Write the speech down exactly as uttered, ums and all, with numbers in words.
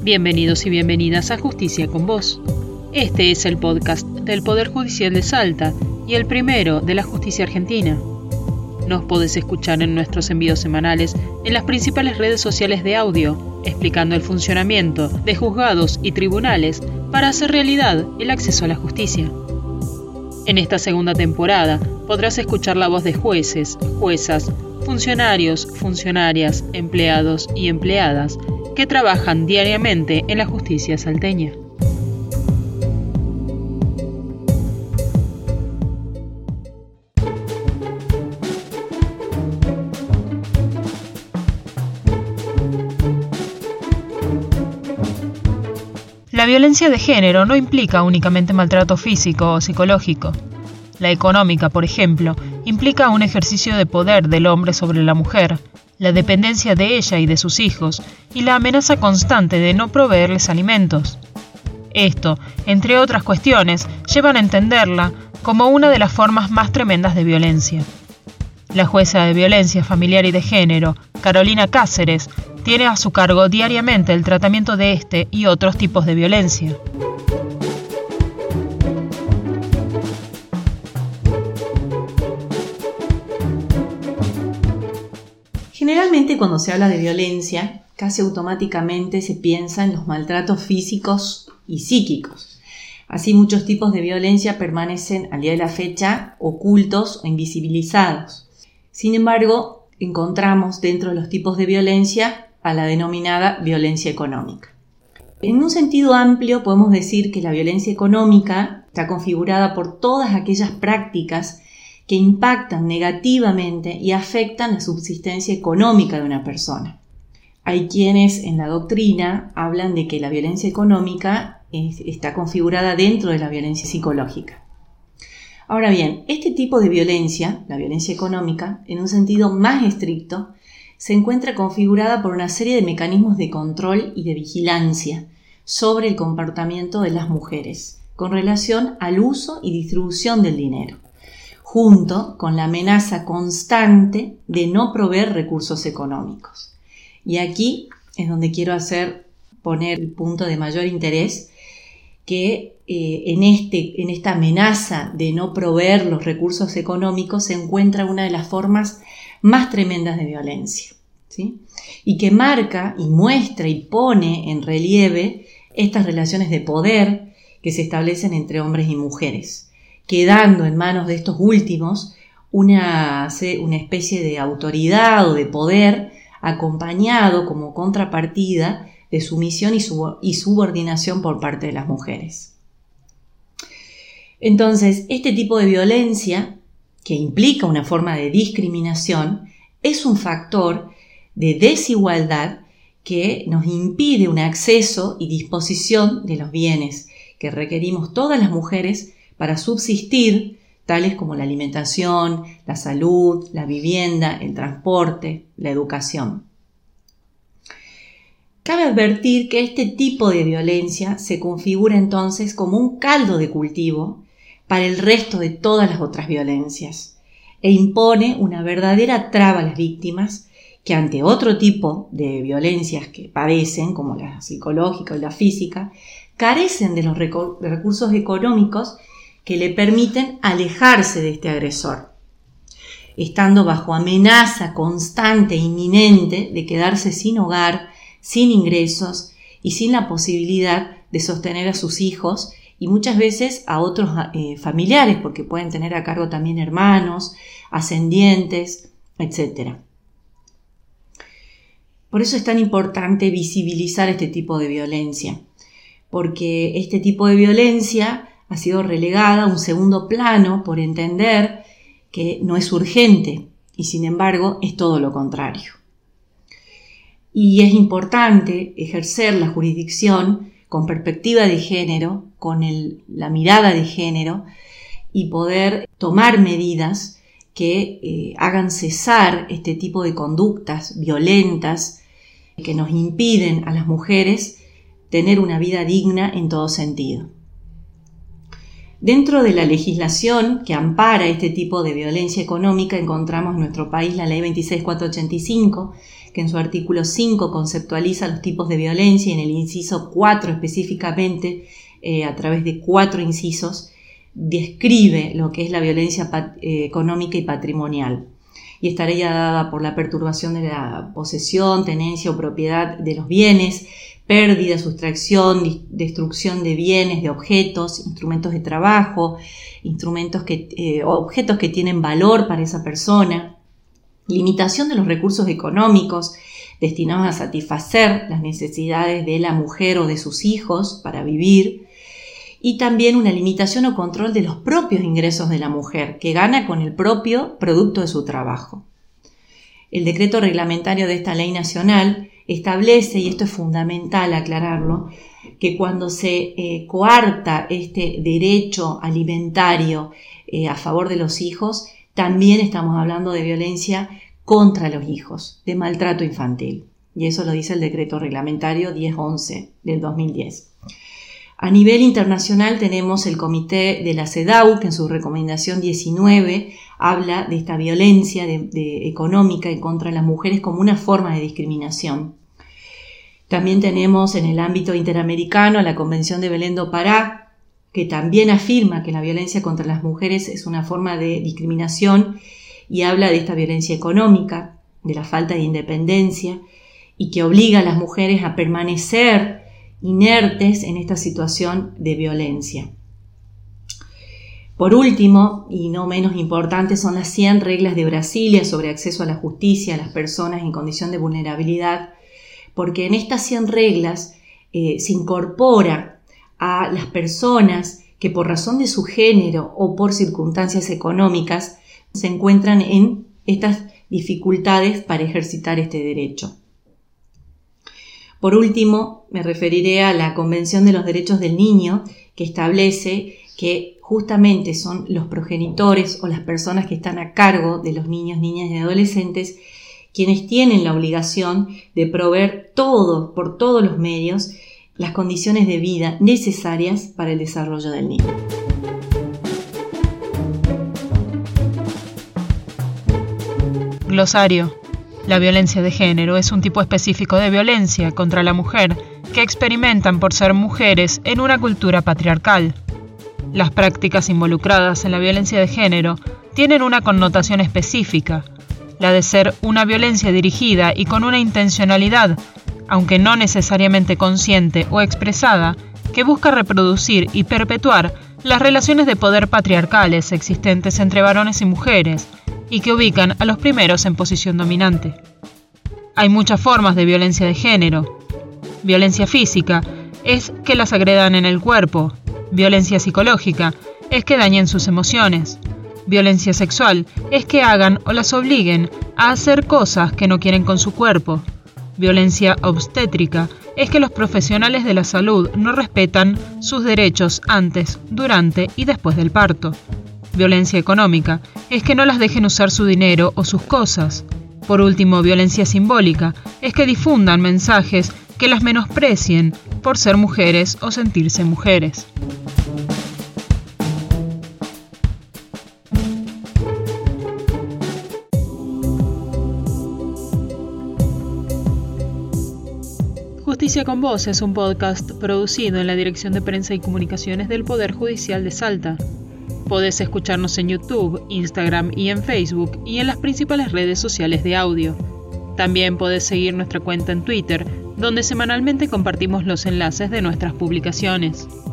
Bienvenidos y bienvenidas a Justicia con Vos. Este es el podcast del Poder Judicial de Salta y el primero de la justicia argentina. Nos podés escuchar en nuestros envíos semanales en las principales redes sociales de audio, explicando el funcionamiento de juzgados y tribunales para hacer realidad el acceso a la justicia. En esta segunda temporada podrás escuchar la voz de jueces, juezas, funcionarios, funcionarias, empleados y empleadas que trabajan diariamente en la justicia salteña. La violencia de género no implica únicamente maltrato físico o psicológico. La económica, por ejemplo, implica un ejercicio de poder del hombre sobre la mujer, la dependencia de ella y de sus hijos, y la amenaza constante de no proveerles alimentos. Esto, entre otras cuestiones, llevan a entenderla como una de las formas más tremendas de violencia. La jueza de violencia familiar y de género, Carolina Cáceres, tiene a su cargo diariamente el tratamiento de este y otros tipos de violencia. Generalmente cuando se habla de violencia, casi automáticamente se piensa en los maltratos físicos y psíquicos. Así muchos tipos de violencia permanecen al día de la fecha ocultos o invisibilizados. Sin embargo, encontramos dentro de los tipos de violencia a la denominada violencia económica. En un sentido amplio podemos decir que la violencia económica está configurada por todas aquellas prácticas que impactan negativamente y afectan la subsistencia económica de una persona. Hay quienes en la doctrina hablan de que la violencia económica es, está configurada dentro de la violencia psicológica. Ahora bien, este tipo de violencia, la violencia económica, en un sentido más estricto, se encuentra configurada por una serie de mecanismos de control y de vigilancia sobre el comportamiento de las mujeres con relación al uso y distribución del dinero, junto con la amenaza constante de no proveer recursos económicos. Y aquí es donde quiero hacer poner el punto de mayor interés, que eh, en, este, en esta amenaza de no proveer los recursos económicos se encuentra una de las formas más tremendas de violencia, ¿sí? Y que marca y muestra y pone en relieve estas relaciones de poder que se establecen entre hombres y mujeres, quedando en manos de estos últimos una, una especie de autoridad o de poder acompañado como contrapartida de sumisión y, sub, y subordinación por parte de las mujeres. Entonces, este tipo de violencia, que implica una forma de discriminación, es un factor de desigualdad que nos impide un acceso y disposición de los bienes que requerimos todas las mujeres para subsistir, tales como la alimentación, la salud, la vivienda, el transporte, la educación. Cabe advertir que este tipo de violencia se configura entonces como un caldo de cultivo para el resto de todas las otras violencias e impone una verdadera traba a las víctimas que ante otro tipo de violencias que padecen, como la psicológica o la física, carecen de los recursos económicos que le permiten alejarse de este agresor, estando bajo amenaza constante e inminente de quedarse sin hogar, sin ingresos y sin la posibilidad de sostener a sus hijos y muchas veces a otros eh, familiares, porque pueden tener a cargo también hermanos, ascendientes, etcétera. Por eso es tan importante visibilizar este tipo de violencia, porque este tipo de violencia ha sido relegada a un segundo plano por entender que no es urgente y sin embargo es todo lo contrario. Y es importante ejercer la jurisdicción con perspectiva de género, con el, la mirada de género y poder tomar medidas que eh, hagan cesar este tipo de conductas violentas que nos impiden a las mujeres tener una vida digna en todo sentido. Dentro de la legislación que ampara este tipo de violencia económica encontramos en nuestro país la Ley veintiséis mil cuatrocientos ochenta y cinco, que en su artículo cinco conceptualiza los tipos de violencia y en el inciso cuatro específicamente, eh, a través de cuatro incisos, describe lo que es la violencia pat- eh, económica y patrimonial. Y esta ley dada por la perturbación de la posesión, tenencia o propiedad de los bienes, pérdida, sustracción, destrucción de bienes, de objetos, instrumentos de trabajo, instrumentos que, eh, objetos que tienen valor para esa persona, limitación de los recursos económicos destinados a satisfacer las necesidades de la mujer o de sus hijos para vivir, y también una limitación o control de los propios ingresos de la mujer, que gana con el propio producto de su trabajo. El decreto reglamentario de esta ley nacional establece, y esto es fundamental aclararlo, que cuando se eh, coarta este derecho alimentario eh, a favor de los hijos, también estamos hablando de violencia contra los hijos, de maltrato infantil. Y eso lo dice el decreto reglamentario diez once del dos mil diez. A nivel internacional tenemos el comité de la CEDAW, que en su recomendación diecinueve habla de esta violencia de, de, económica en contra de las mujeres como una forma de discriminación. También tenemos en el ámbito interamericano la Convención de Belém do Pará, que también afirma que la violencia contra las mujeres es una forma de discriminación y habla de esta violencia económica, de la falta de independencia y que obliga a las mujeres a permanecer inertes en esta situación de violencia. Por último, y no menos importante, son las cien reglas de Brasilia sobre acceso a la justicia a las personas en condición de vulnerabilidad, porque en estas cien reglas eh, se incorpora a las personas que por razón de su género o por circunstancias económicas se encuentran en estas dificultades para ejercitar este derecho. Por último, me referiré a la Convención de los Derechos del Niño, que establece que justamente son los progenitores o las personas que están a cargo de los niños, niñas y adolescentes quienes tienen la obligación de proveer todo, por todos los medios, las condiciones de vida necesarias para el desarrollo del niño. Glosario. La violencia de género es un tipo específico de violencia contra la mujer que experimentan por ser mujeres en una cultura patriarcal. Las prácticas involucradas en la violencia de género tienen una connotación específica, la de ser una violencia dirigida y con una intencionalidad, aunque no necesariamente consciente o expresada, que busca reproducir y perpetuar las relaciones de poder patriarcales existentes entre varones y mujeres, y que ubican a los primeros en posición dominante. Hay muchas formas de violencia de género. Violencia física es que las agredan en el cuerpo. Violencia psicológica es que dañen sus emociones. Violencia sexual es que hagan o las obliguen a hacer cosas que no quieren con su cuerpo. Violencia obstétrica es que los profesionales de la salud no respetan sus derechos antes, durante y después del parto. Violencia económica es que no las dejen usar su dinero o sus cosas. Por último, violencia simbólica es que difundan mensajes que las menosprecien por ser mujeres o sentirse mujeres. Justicia con Vos es un podcast producido en la Dirección de Prensa y Comunicaciones del Poder Judicial de Salta. Podés escucharnos en YouTube, Instagram y en Facebook y en las principales redes sociales de audio. También podés seguir nuestra cuenta en Twitter, donde semanalmente compartimos los enlaces de nuestras publicaciones.